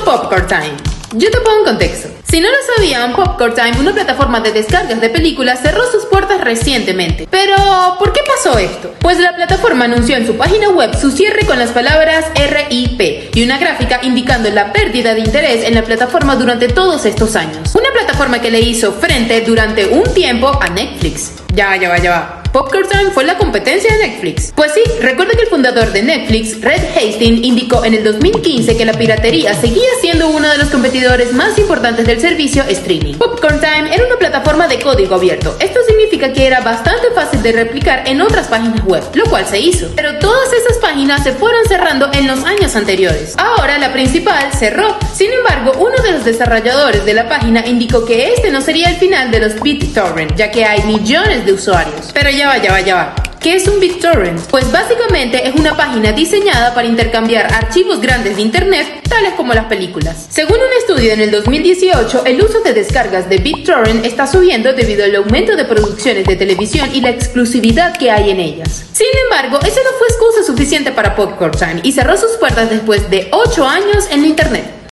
Popcorn Time. Yo te pongo en contexto. Si no lo sabían, Popcorn Time, una plataforma de descargas de películas, cerró sus puertas recientemente. Pero, ¿por qué pasó esto? Pues la plataforma anunció en su página web su cierre con las palabras RIP y una gráfica indicando la pérdida de interés en la plataforma durante todos estos años. Una plataforma que le hizo frente durante un tiempo a Netflix. Ya va. Popcorn Time fue la competencia de Netflix. Pues sí, recuerda que el fundador de Netflix, Reed Hastings, indicó en el 2015 que la piratería seguía siendo uno de los competidores más importantes del servicio streaming. Popcorn Time era una plataforma de código abierto. Esto significa que era bastante fácil de replicar en otras páginas web, lo cual se hizo. Pero todas esas páginas se fueron cerrando en los años anteriores. Ahora la principal cerró. Sin embargo, uno de los desarrolladores de la página indicó que este no sería el final de los BitTorrent, ya que hay millones de usuarios. Pero ya va. ¿Qué es un BitTorrent? Pues básicamente es una página diseñada para intercambiar archivos grandes de internet, tales como las películas. Según un estudio en el 2018, el uso de descargas de BitTorrent está subiendo debido al aumento de producciones de televisión y la exclusividad que hay en ellas. Sin embargo, eso no fue excusa suficiente para Popcorn Time y cerró sus puertas después de 8 años en la internet.